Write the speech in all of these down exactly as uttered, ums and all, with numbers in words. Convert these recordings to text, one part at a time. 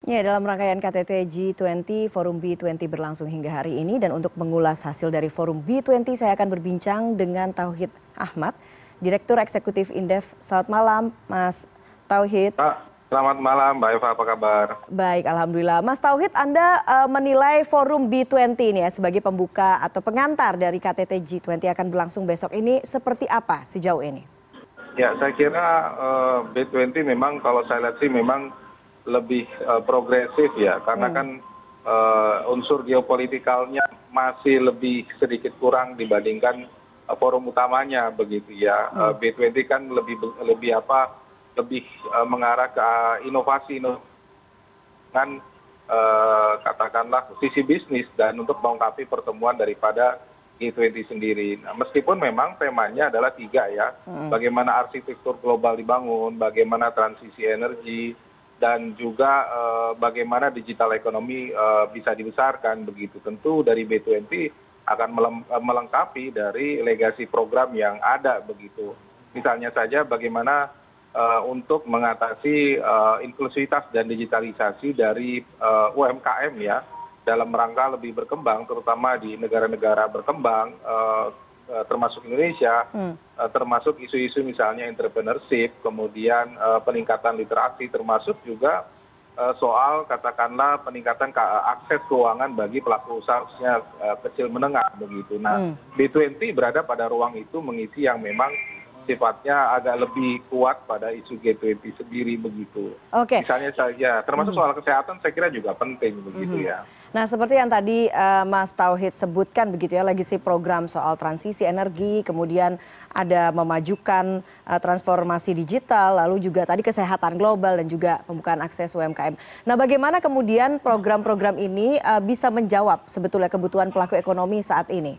Ya, dalam rangkaian K T T G dua puluh, Forum B dua puluh berlangsung hingga hari ini dan untuk mengulas hasil dari Forum B dua puluh saya akan berbincang dengan Tauhid Ahmad, Direktur Eksekutif Indef. Selamat malam, Mas Tauhid. Selamat malam, Mbak Eva, apa kabar? Baik, Alhamdulillah. Mas Tauhid, Anda uh, menilai Forum B dua puluh ini ya sebagai pembuka atau pengantar dari K T T G dua puluh akan berlangsung besok ini seperti apa sejauh ini? Ya, saya kira uh, B dua puluh memang kalau saya lihat sih memang lebih uh, progresif ya, karena hmm. kan uh, unsur geopolitikalnya masih lebih sedikit kurang dibandingkan uh, forum utamanya begitu ya. Hmm. Uh, B dua puluh kan lebih lebih apa? lebih uh, mengarah ke uh, inovasi kan uh, katakanlah sisi bisnis dan untuk melengkapi pertemuan daripada G dua puluh sendiri. Nah, meskipun memang temanya adalah tiga ya, hmm. bagaimana arsitektur global dibangun, bagaimana transisi energi, dan juga uh, bagaimana digital ekonomi uh, bisa dibesarkan begitu. Tentu dari B dua puluh akan melengkapi dari legasi program yang ada begitu. Misalnya saja bagaimana uh, untuk mengatasi uh, inklusivitas dan digitalisasi dari uh, U M K M ya, dalam rangka lebih berkembang, terutama di negara-negara berkembang, uh, uh, termasuk Indonesia, hmm. uh, termasuk isu-isu misalnya entrepreneurship, kemudian uh, peningkatan literasi, termasuk juga uh, soal katakanlah peningkatan akses keuangan bagi pelaku usaha khususnya uh, kecil menengah begitu. Nah, hmm. B dua puluh berada pada ruang itu mengisi yang memang sifatnya agak lebih kuat pada isu G dua puluh sendiri begitu. Oke. Misalnya saja, termasuk soal kesehatan saya kira juga penting begitu ya. Nah, seperti yang tadi uh, Mas Tauhid sebutkan begitu ya, legasi program soal transisi energi, kemudian ada memajukan uh, transformasi digital, lalu juga tadi kesehatan global dan juga pembukaan akses U M K M. Nah, bagaimana kemudian program-program ini uh, bisa menjawab sebetulnya kebutuhan pelaku ekonomi saat ini?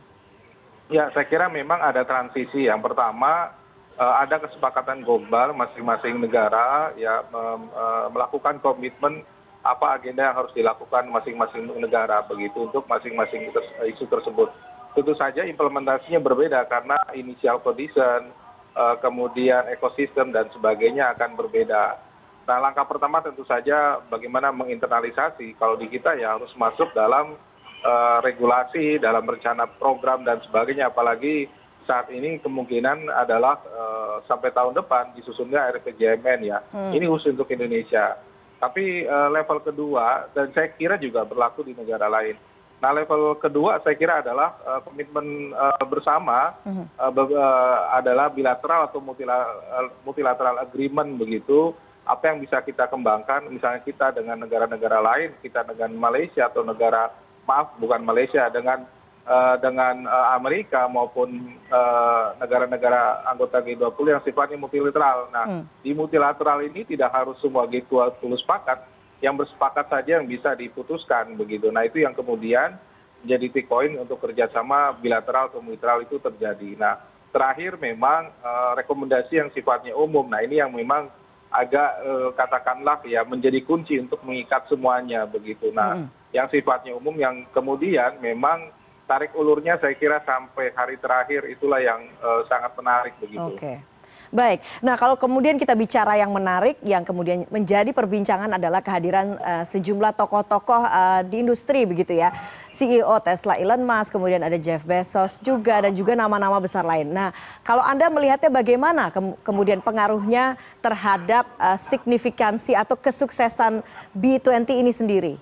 Ya, saya kira memang ada transisi. Yang pertama, ada kesepakatan global masing-masing negara ya melakukan komitmen apa agenda yang harus dilakukan masing-masing negara begitu untuk masing-masing isu tersebut. Tentu saja implementasinya berbeda karena initial condition, kemudian ekosistem dan sebagainya akan berbeda. Nah, langkah pertama tentu saja bagaimana menginternalisasi. Kalau di kita ya harus masuk dalam uh, regulasi, dalam rencana program dan sebagainya, apalagi saat ini kemungkinan adalah uh, sampai tahun depan disusunnya R P J M N ya. Hmm. Ini khusus untuk Indonesia. Tapi uh, level kedua, dan saya kira juga berlaku di negara lain. Nah, level kedua saya kira adalah uh, komitmen uh, bersama hmm. uh, uh, adalah bilateral atau multilateral, multilateral agreement begitu. Apa yang bisa kita kembangkan, misalnya kita dengan negara-negara lain, kita dengan Malaysia atau negara, maaf bukan Malaysia, dengan Uh, dengan uh, Amerika maupun negara-negara uh, anggota G dua puluh yang sifatnya multilateral. Nah, hmm. di multilateral ini tidak harus semua G dua puluh sepakat, yang bersepakat saja yang bisa diputuskan begitu. Nah, itu yang kemudian menjadi titik poin untuk kerjasama bilateral atau multilateral itu terjadi. Nah, terakhir memang uh, rekomendasi yang sifatnya umum. Nah, ini yang memang agak uh, katakanlah ya menjadi kunci untuk mengikat semuanya begitu. Nah, hmm. yang sifatnya umum yang kemudian memang tarik ulurnya saya kira sampai hari terakhir itulah yang uh, sangat menarik begitu. Oke. Baik. Nah, kalau kemudian kita bicara yang menarik, yang kemudian menjadi perbincangan adalah kehadiran uh, sejumlah tokoh-tokoh uh, di industri begitu ya. C E O Tesla Elon Musk, kemudian ada Jeff Bezos juga dan juga nama-nama besar lain. Nah, kalau Anda melihatnya bagaimana ke kemudian pengaruhnya terhadap uh, signifikansi atau kesuksesan B dua puluh ini sendiri?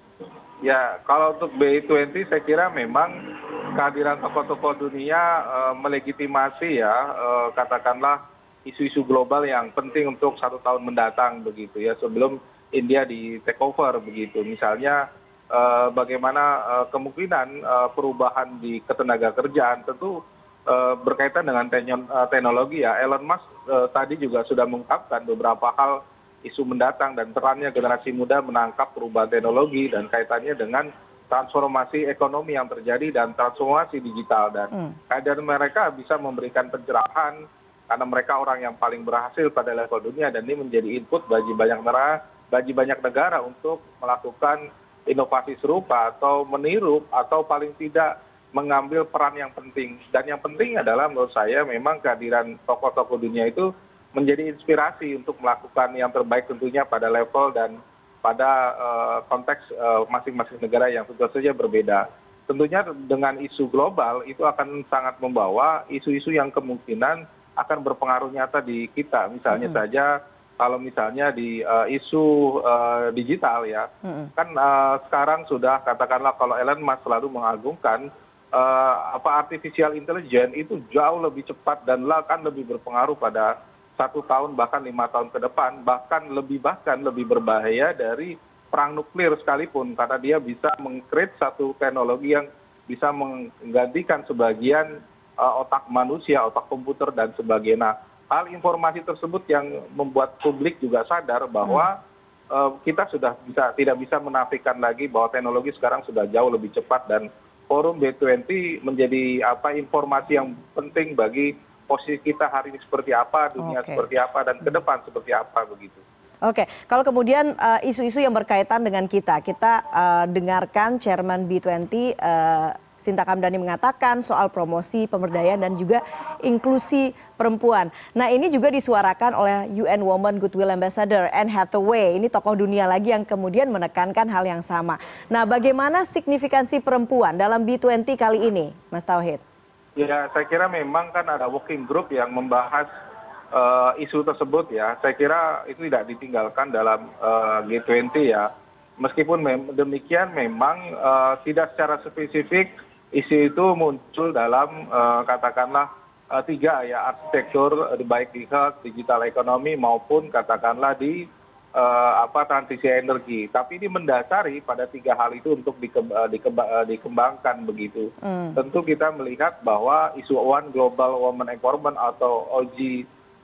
Ya, kalau untuk B dua puluh saya kira memang kehadiran tokoh-tokoh dunia uh, melegitimasi ya uh, katakanlah isu-isu global yang penting untuk satu tahun mendatang begitu ya, sebelum India di take over begitu. Misalnya uh, bagaimana uh, kemungkinan uh, perubahan di ketenaga kerjaan tentu uh, berkaitan dengan teknologi ya. Elon Musk uh, tadi juga sudah mengungkapkan beberapa hal isu mendatang dan perannya generasi muda menangkap perubahan teknologi dan kaitannya dengan transformasi ekonomi yang terjadi dan transformasi digital. Dan hmm. kehadiran mereka bisa memberikan pencerahan karena mereka orang yang paling berhasil pada level dunia dan ini menjadi input bagi banyak negara, bagi banyak negara untuk melakukan inovasi serupa atau meniru atau paling tidak mengambil peran yang penting. Dan yang penting adalah menurut saya memang kehadiran tokoh-tokoh dunia itu menjadi inspirasi untuk melakukan yang terbaik tentunya pada level dan pada uh, konteks masing-masing uh, negara yang tentu saja berbeda. Tentunya dengan isu global itu akan sangat membawa isu-isu yang kemungkinan akan berpengaruh nyata di kita. Misalnya hmm. saja kalau misalnya di uh, isu uh, digital ya, hmm. kan uh, sekarang sudah katakanlah kalau Elon Musk selalu mengagungkan uh, apa artificial intelligence itu jauh lebih cepat dan akan lebih berpengaruh pada satu tahun bahkan lima tahun ke depan, bahkan lebih bahkan lebih berbahaya dari perang nuklir sekalipun, karena dia bisa meng-create satu teknologi yang bisa menggantikan sebagian uh, otak manusia, otak komputer dan sebagainya. Hal informasi tersebut yang membuat publik juga sadar bahwa hmm. uh, kita sudah bisa tidak bisa menafikan lagi bahwa teknologi sekarang sudah jauh lebih cepat, dan forum B dua puluh menjadi apa informasi yang penting bagi posisi kita hari ini seperti apa, dunia okay. seperti apa, dan ke depan seperti apa begitu. Oke, kalau kemudian isu-isu uh, yang berkaitan dengan kita, kita uh, dengarkan Chairman B dua puluh uh, Sinta Kamdhani mengatakan soal promosi, pemberdayaan dan juga inklusi perempuan. Nah ini juga disuarakan oleh U N Women Goodwill Ambassador Anne Hathaway. Ini tokoh dunia lagi yang kemudian menekankan hal yang sama. Nah bagaimana signifikansi perempuan dalam B dua puluh kali ini, Mas Tauhid? Ya, saya kira memang kan ada working group yang membahas uh, isu tersebut ya. Saya kira itu tidak ditinggalkan dalam uh, G dua puluh ya. Meskipun mem demikian memang uh, tidak secara spesifik isu itu muncul dalam uh, katakanlah uh, tiga ya arsitektur baik di health, digital ekonomi maupun katakanlah di Uh, apa transisi energi, tapi ini mendasari pada tiga hal itu untuk dikemb uh, dikemb uh, dikembangkan begitu. Hmm. Tentu kita melihat bahwa isu One Global Women Empowerment atau O G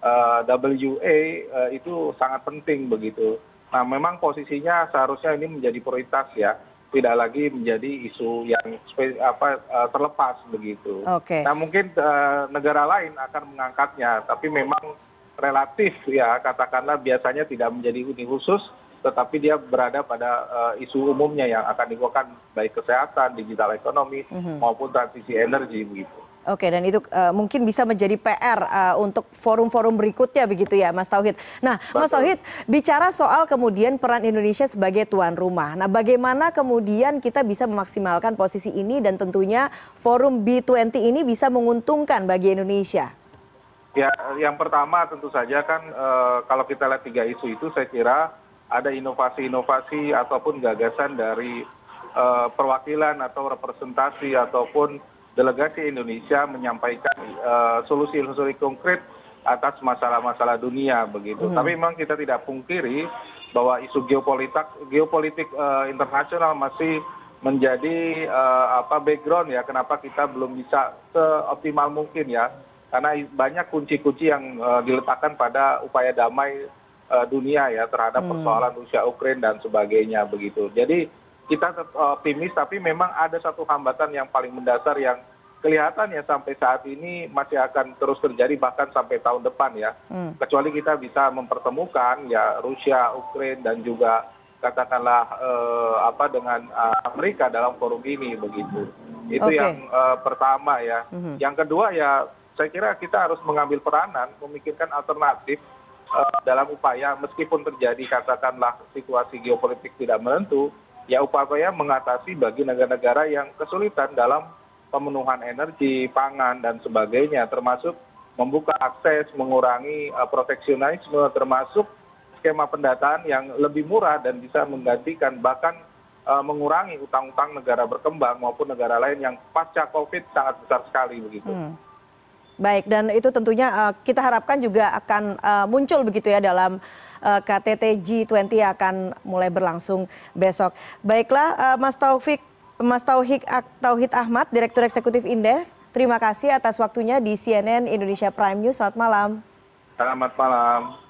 W A uh, itu sangat penting begitu. Nah, memang posisinya seharusnya ini menjadi prioritas ya, tidak lagi menjadi isu yang apa uh, terlepas begitu. Okay. Nah, mungkin uh, negara lain akan mengangkatnya, tapi memang relatif ya katakanlah biasanya tidak menjadi uni khusus, tetapi dia berada pada uh, isu umumnya yang akan dikeluarkan baik kesehatan, digital ekonomi mm-hmm. maupun transisi energi begitu. Oke, dan itu uh, mungkin bisa menjadi P R uh, untuk forum-forum berikutnya begitu ya Mas Tauhid. Nah Betul. Mas Tauhid bicara soal kemudian peran Indonesia sebagai tuan rumah. Nah bagaimana kemudian kita bisa memaksimalkan posisi ini dan tentunya forum B dua puluh ini bisa menguntungkan bagi Indonesia? Ya, yang pertama tentu saja kan e, kalau kita lihat tiga isu itu saya kira ada inovasi-inovasi ataupun gagasan dari e, perwakilan atau representasi ataupun delegasi Indonesia menyampaikan solusi-solusi konkret atas masalah-masalah dunia begitu. Hmm. Tapi memang kita tidak pungkiri bahwa isu geopolitik geopolitik e, internasional masih menjadi e, apa background ya kenapa kita belum bisa seoptimal mungkin ya. Karena banyak kunci-kunci yang uh, diletakkan pada upaya damai uh, dunia ya terhadap hmm. persoalan Rusia, Ukraina dan sebagainya begitu. Jadi kita optimis, tapi memang ada satu hambatan yang paling mendasar yang kelihatannya sampai saat ini masih akan terus terjadi bahkan sampai tahun depan ya. Hmm. Kecuali kita bisa mempertemukan ya Rusia, Ukraina dan juga katakanlah uh, apa dengan uh, Amerika dalam forum ini begitu. Itu okay. yang uh, pertama ya. Hmm. Yang kedua ya. Saya kira kita harus mengambil peranan, memikirkan alternatif uh, dalam upaya meskipun terjadi katakanlah situasi geopolitik tidak menentu, ya upaya mengatasi bagi negara-negara yang kesulitan dalam pemenuhan energi, pangan dan sebagainya, termasuk membuka akses, mengurangi uh, proteksionisme, termasuk skema pendataan yang lebih murah dan bisa menggantikan bahkan uh, mengurangi utang-utang negara berkembang maupun negara lain yang pasca COVID sangat besar sekali begitu. Hmm. Baik, dan itu tentunya uh, kita harapkan juga akan uh, muncul begitu ya dalam uh, K T T G dua puluh yang akan mulai berlangsung besok. Baiklah uh, Mas Taufik, Mas Tauhid, Tauhid Ahmad, Direktur Eksekutif Indef, terima kasih atas waktunya di C N N Indonesia Prime News. Selamat malam. Selamat malam.